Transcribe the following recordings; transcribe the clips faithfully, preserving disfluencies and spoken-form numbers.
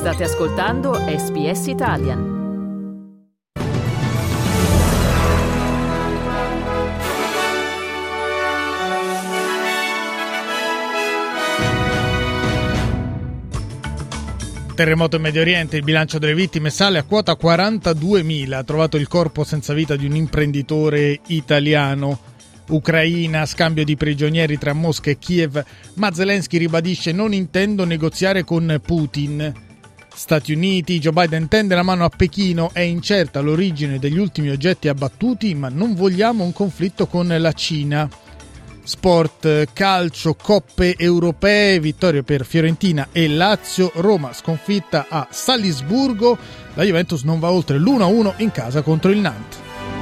State ascoltando S B S Italian. Terremoto in Medio Oriente, il bilancio delle vittime sale a quota quarantaduemila. Ha trovato il corpo senza vita di un imprenditore italiano. Ucraina, scambio di prigionieri tra Mosca e Kiev, ma Zelensky ribadisce: non intendo negoziare con Putin. Stati Uniti, Joe Biden tende la mano a Pechino, è incerta l'origine degli ultimi oggetti abbattuti, ma non vogliamo un conflitto con la Cina. Sport, calcio, coppe europee, vittorie per Fiorentina e Lazio, Roma sconfitta a Salisburgo, la Juventus non va oltre l'uno a uno in casa contro il Nantes.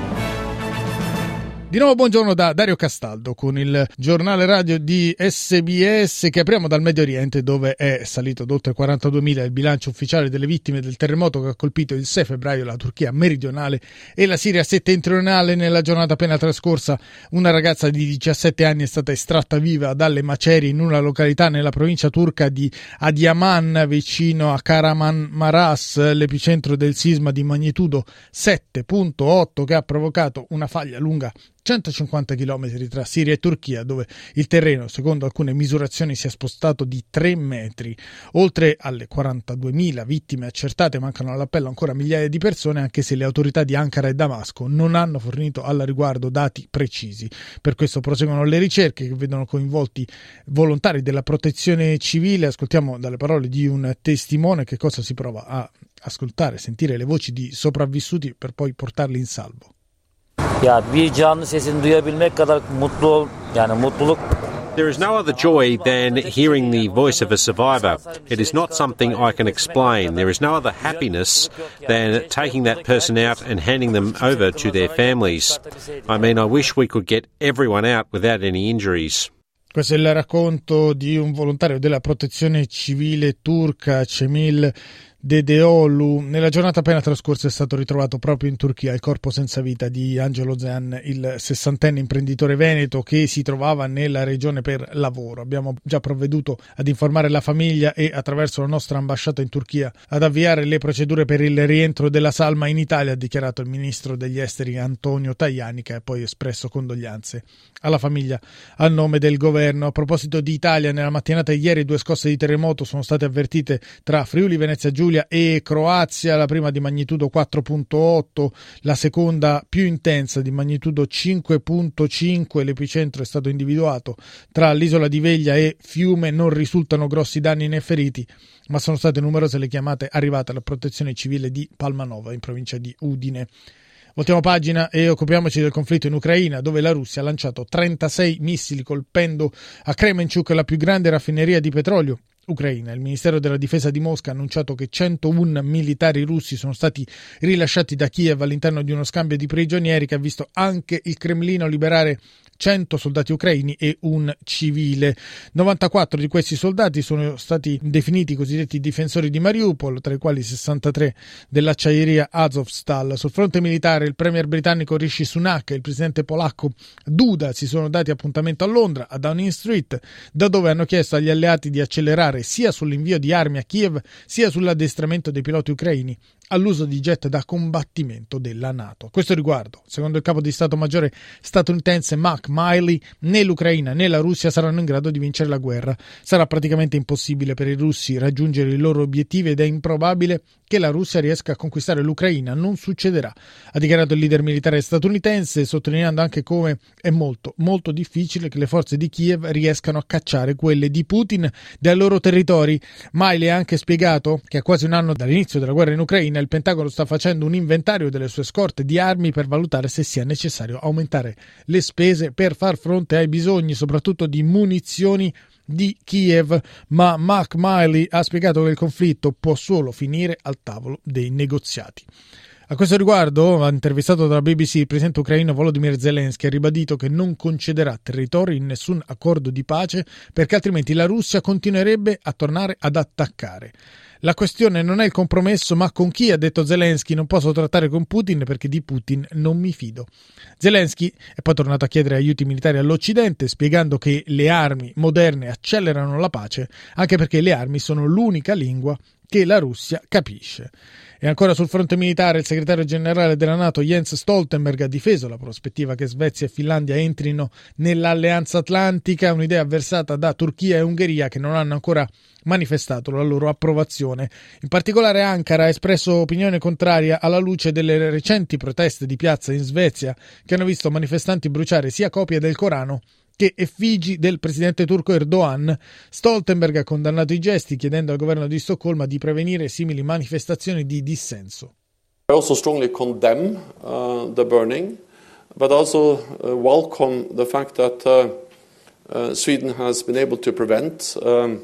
Di nuovo buongiorno da Dario Castaldo con il giornale radio di S B S, che apriamo dal Medio Oriente, dove è salito ad oltre quarantaduemila il bilancio ufficiale delle vittime del terremoto che ha colpito il sei febbraio la Turchia meridionale e la Siria settentrionale. Nella giornata appena trascorsa una ragazza di diciassette anni è stata estratta viva dalle macerie in una località nella provincia turca di Adiaman, vicino a Kahramanmaras, l'epicentro del sisma di magnitudo sette virgola otto che ha provocato una faglia lunga centocinquanta chilometri tra Siria e Turchia, dove il terreno, secondo alcune misurazioni, si è spostato di tre metri. Oltre alle quarantaduemila vittime accertate, mancano all'appello ancora migliaia di persone, anche se le autorità di Ankara e Damasco non hanno fornito al riguardo dati precisi. Per questo proseguono le ricerche che vedono coinvolti volontari della protezione civile. Ascoltiamo dalle parole di un testimone che cosa si prova a ascoltare, sentire le voci di sopravvissuti per poi portarli in salvo. Ya bir canlı sesini duyabilmek kadar mutlu ol, yani mutluluk. There is no other joy than hearing the voice of a survivor. It is not something I can explain. There is no other happiness than taking that person out and handing them over to their families. I mean, I wish we could get everyone out without any injuries. Questo è il racconto di un volontario della protezione civile turca, Cemil Dedeolu. Nella giornata appena trascorsa è stato ritrovato proprio in Turchia il corpo senza vita di Angelo Zean, il sessantenne imprenditore veneto che si trovava nella regione per lavoro. Abbiamo già provveduto ad informare la famiglia e, attraverso la nostra ambasciata in Turchia, ad avviare le procedure per il rientro della salma in Italia, ha dichiarato il ministro degli esteri Antonio Tajani, che ha poi espresso condoglianze alla famiglia a nome del governo. A proposito di Italia, nella mattinata di ieri due scosse di terremoto sono state avvertite tra Friuli Venezia Giulia e Croazia, la prima di magnitudo quattro virgola otto, la seconda più intensa di magnitudo cinque virgola cinque. L'epicentro è stato individuato tra l'isola di Veglia e Fiume. Non risultano grossi danni né feriti, ma sono state numerose le chiamate arrivate alla protezione civile di Palmanova, in provincia di Udine. Voltiamo pagina e occupiamoci del conflitto in Ucraina, dove la Russia ha lanciato trentasei missili colpendo a Kremenchuk, la più grande raffineria di petrolio ucraina. Il Ministero della Difesa di Mosca ha annunciato che centouno militari russi sono stati rilasciati da Kiev all'interno di uno scambio di prigionieri che ha visto anche il Cremlino liberare cento soldati ucraini e un civile. novantaquattro di questi soldati sono stati definiti i cosiddetti difensori di Mariupol, tra i quali sessantatré dell'acciaieria Azovstal. Sul fronte militare il premier britannico Rishi Sunak e il presidente polacco Duda si sono dati appuntamento a Londra, a Downing Street, da dove hanno chiesto agli alleati di accelerare sia sull'invio di armi a Kiev sia sull'addestramento dei piloti ucraini all'uso di jet da combattimento della NATO. A questo riguardo, secondo il capo di Stato Maggiore statunitense Mark Milley, né l'Ucraina né la Russia saranno in grado di vincere la guerra. Sarà praticamente impossibile per i russi raggiungere i loro obiettivi ed è improbabile che la Russia riesca a conquistare l'Ucraina. Non succederà, ha dichiarato il leader militare statunitense, sottolineando anche come è molto, molto difficile che le forze di Kiev riescano a cacciare quelle di Putin dai loro territori. Milley ha anche spiegato che a quasi un anno dall'inizio della guerra in Ucraina il Pentagono sta facendo un inventario delle sue scorte di armi per valutare se sia necessario aumentare le spese per far fronte ai bisogni, soprattutto di munizioni di Kiev, ma Mark Milley ha spiegato che il conflitto può solo finire al tavolo dei negoziati. A questo riguardo, intervistato dalla B B C, il presidente ucraino Volodymyr Zelensky ha ribadito che non concederà territori in nessun accordo di pace perché altrimenti la Russia continuerebbe a tornare ad attaccare. La questione non è il compromesso, ma con chi, ha detto Zelensky. Non posso trattare con Putin perché di Putin non mi fido. Zelensky è poi tornato a chiedere aiuti militari all'Occidente, spiegando che le armi moderne accelerano la pace, anche perché le armi sono l'unica lingua che la Russia capisce. E ancora sul fronte militare, il segretario generale della NATO Jens Stoltenberg ha difeso la prospettiva che Svezia e Finlandia entrino nell'alleanza atlantica, un'idea avversata da Turchia e Ungheria che non hanno ancora manifestato la loro approvazione. In particolare Ankara ha espresso opinione contraria alla luce delle recenti proteste di piazza in Svezia che hanno visto manifestanti bruciare sia copie del Corano che effigi del presidente turco Erdogan. Stoltenberg ha condannato i gesti chiedendo al governo di Stoccolma di prevenire simili manifestazioni di dissenso. I also strongly condemn uh, the burning, but also uh, welcome the fact that uh, uh, Sweden has been able to prevent um,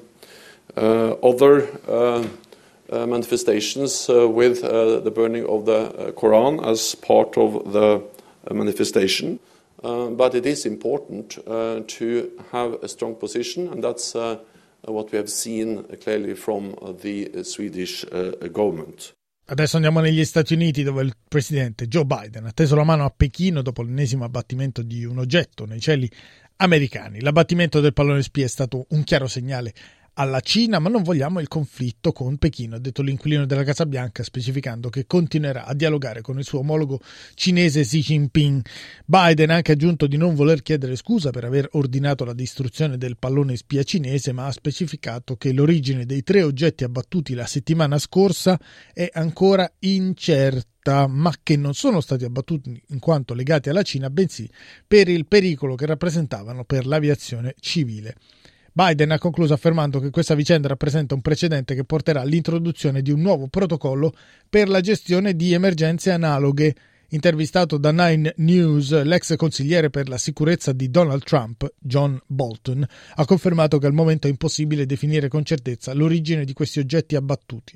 uh, other uh, uh, manifestations uh, with uh, the burning of the uh, Quran as part of the uh, manifestation. Uh, but it is important uh, to have a strong position, and that's uh, what we have seen clearly from uh, the uh, Swedish uh, government. Adesso andiamo negli Stati Uniti, dove il presidente Joe Biden ha teso la mano a Pechino dopo l'ennesimo abbattimento di un oggetto nei cieli americani. L'abbattimento del pallone spia è stato un chiaro segnale alla Cina, ma non vogliamo il conflitto con Pechino, ha detto l'inquilino della Casa Bianca, specificando che continuerà a dialogare con il suo omologo cinese Xi Jinping. Biden ha anche aggiunto di non voler chiedere scusa per aver ordinato la distruzione del pallone spia cinese, ma ha specificato che l'origine dei tre oggetti abbattuti la settimana scorsa è ancora incerta, ma che non sono stati abbattuti in quanto legati alla Cina, bensì per il pericolo che rappresentavano per l'aviazione civile. Biden ha concluso affermando che questa vicenda rappresenta un precedente che porterà all'introduzione di un nuovo protocollo per la gestione di emergenze analoghe. Intervistato da Nine News, l'ex consigliere per la sicurezza di Donald Trump, John Bolton, ha confermato che al momento è impossibile definire con certezza l'origine di questi oggetti abbattuti.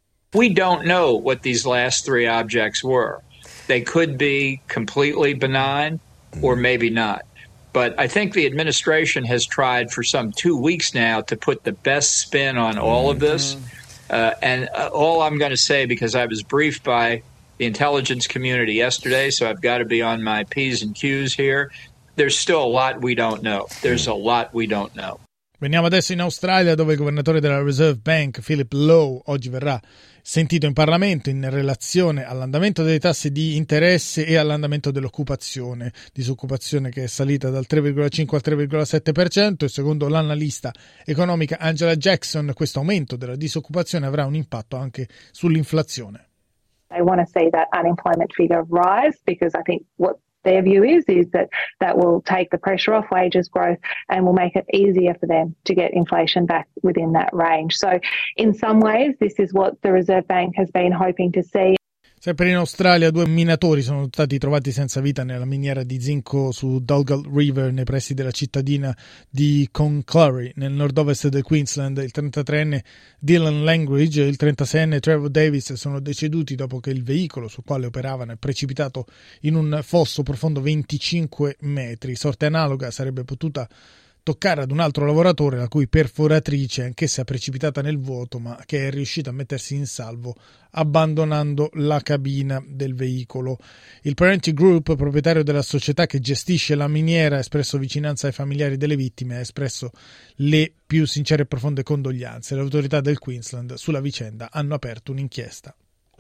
We don't know what these last three objects were. They could be completely benign or maybe not. But I think the administration has tried for some two weeks now to put the best spin on all of this. Uh, and uh, all I'm going to say, because I was briefed by the intelligence community yesterday, so I've got to be on my P's and Q's here, there's still a lot we don't know. There's a lot we don't know. Veniamo adesso in Australia, dove il governatore della Reserve Bank, Philip Lowe, oggi verrà sentito in Parlamento in relazione all'andamento dei tassi di interesse e all'andamento dell'occupazione, disoccupazione che è salita dal tre virgola cinque al tre virgola sette per cento e secondo l'analista economica Angela Jackson questo aumento della disoccupazione avrà un impatto anche sull'inflazione. They want to see that unemployment figure rise because I think what their view is is that that will take the pressure off wages growth and will make it easier for them to get inflation back within that range. So in some ways this is what the Reserve Bank has been hoping to see. Sempre in Australia due minatori sono stati trovati senza vita nella miniera di zinco su Dalgal River nei pressi della cittadina di Cloncurry nel nord-ovest del Queensland. Il trentatreenne Dylan Langridge e il trentaseienne Trevor Davis sono deceduti dopo che il veicolo sul quale operavano è precipitato in un fosso profondo venticinque metri. Sorte analoga sarebbe potuta toccare ad un altro lavoratore la cui perforatrice anch'essa è precipitata nel vuoto ma che è riuscita a mettersi in salvo abbandonando la cabina del veicolo. Il Parenti Group, proprietario della società che gestisce la miniera, ha espresso vicinanza ai familiari delle vittime e ha espresso le più sincere e profonde condoglianze. Le autorità del Queensland sulla vicenda hanno aperto un'inchiesta.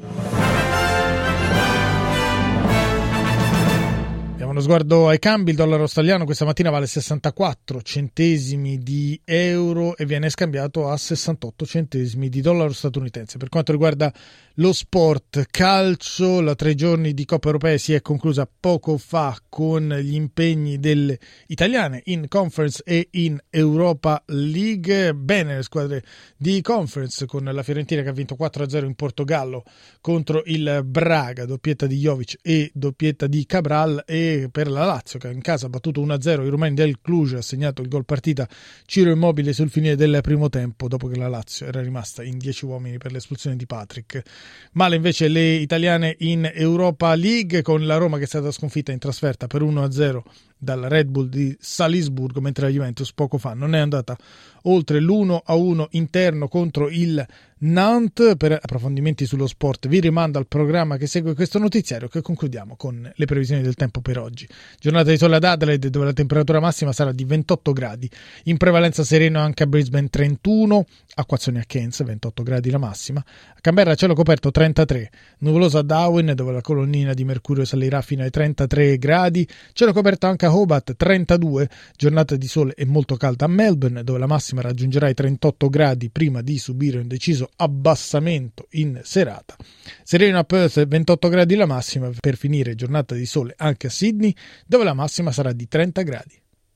Diamo uno sguardo ai cambi. Il dollaro australiano questa mattina vale sessantaquattro centesimi di euro e viene scambiato a sessantotto centesimi di dollaro statunitense. Per quanto riguarda lo sport calcio, la tre giorni di Coppa Europea si è conclusa poco fa con gli impegni delle italiane in Conference e in Europa League. Bene le squadre di Conference, con la Fiorentina che ha vinto quattro a zero in Portogallo contro il Braga, doppietta di Jovic e doppietta di Cabral, e per la Lazio che in casa ha battuto uno a zero i rumeni del Cluj, ha segnato il gol partita Ciro Immobile sul finire del primo tempo dopo che la Lazio era rimasta in dieci uomini per l'espulsione di Patrick. Male invece le italiane in Europa League, con la Roma che è stata sconfitta in trasferta per uno a zero dalla Red Bull di Salisburgo, mentre la Juventus poco fa non è andata oltre l'uno a uno interno contro il Nantes. Per approfondimenti sullo sport vi rimando al programma che segue questo notiziario, che concludiamo con le previsioni del tempo per oggi. Giornata di sole ad Adelaide, dove la temperatura massima sarà di ventotto gradi, in prevalenza sereno anche a Brisbane trentuno, acquazzoni a Cairns ventotto gradi la massima, a Canberra cielo coperto trentatré, nuvoloso a Darwin dove la colonnina di mercurio salirà fino ai trentatré gradi, cielo coperto anche a Hobart trentadue, giornata di sole e molto calda a Melbourne dove la massima raggiungerà i trentotto gradi prima di subire un deciso abbassamento in serata. Sereno a Perth ventotto gradi la massima, per finire giornata di sole anche a Sydney dove la massima sarà di trenta gradi.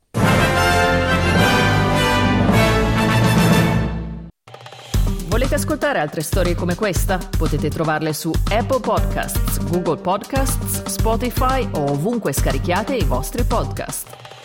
Volete ascoltare altre storie come questa? Potete trovarle su Apple Podcasts, Google Podcasts, Spotify o ovunque scarichiate i vostri podcast.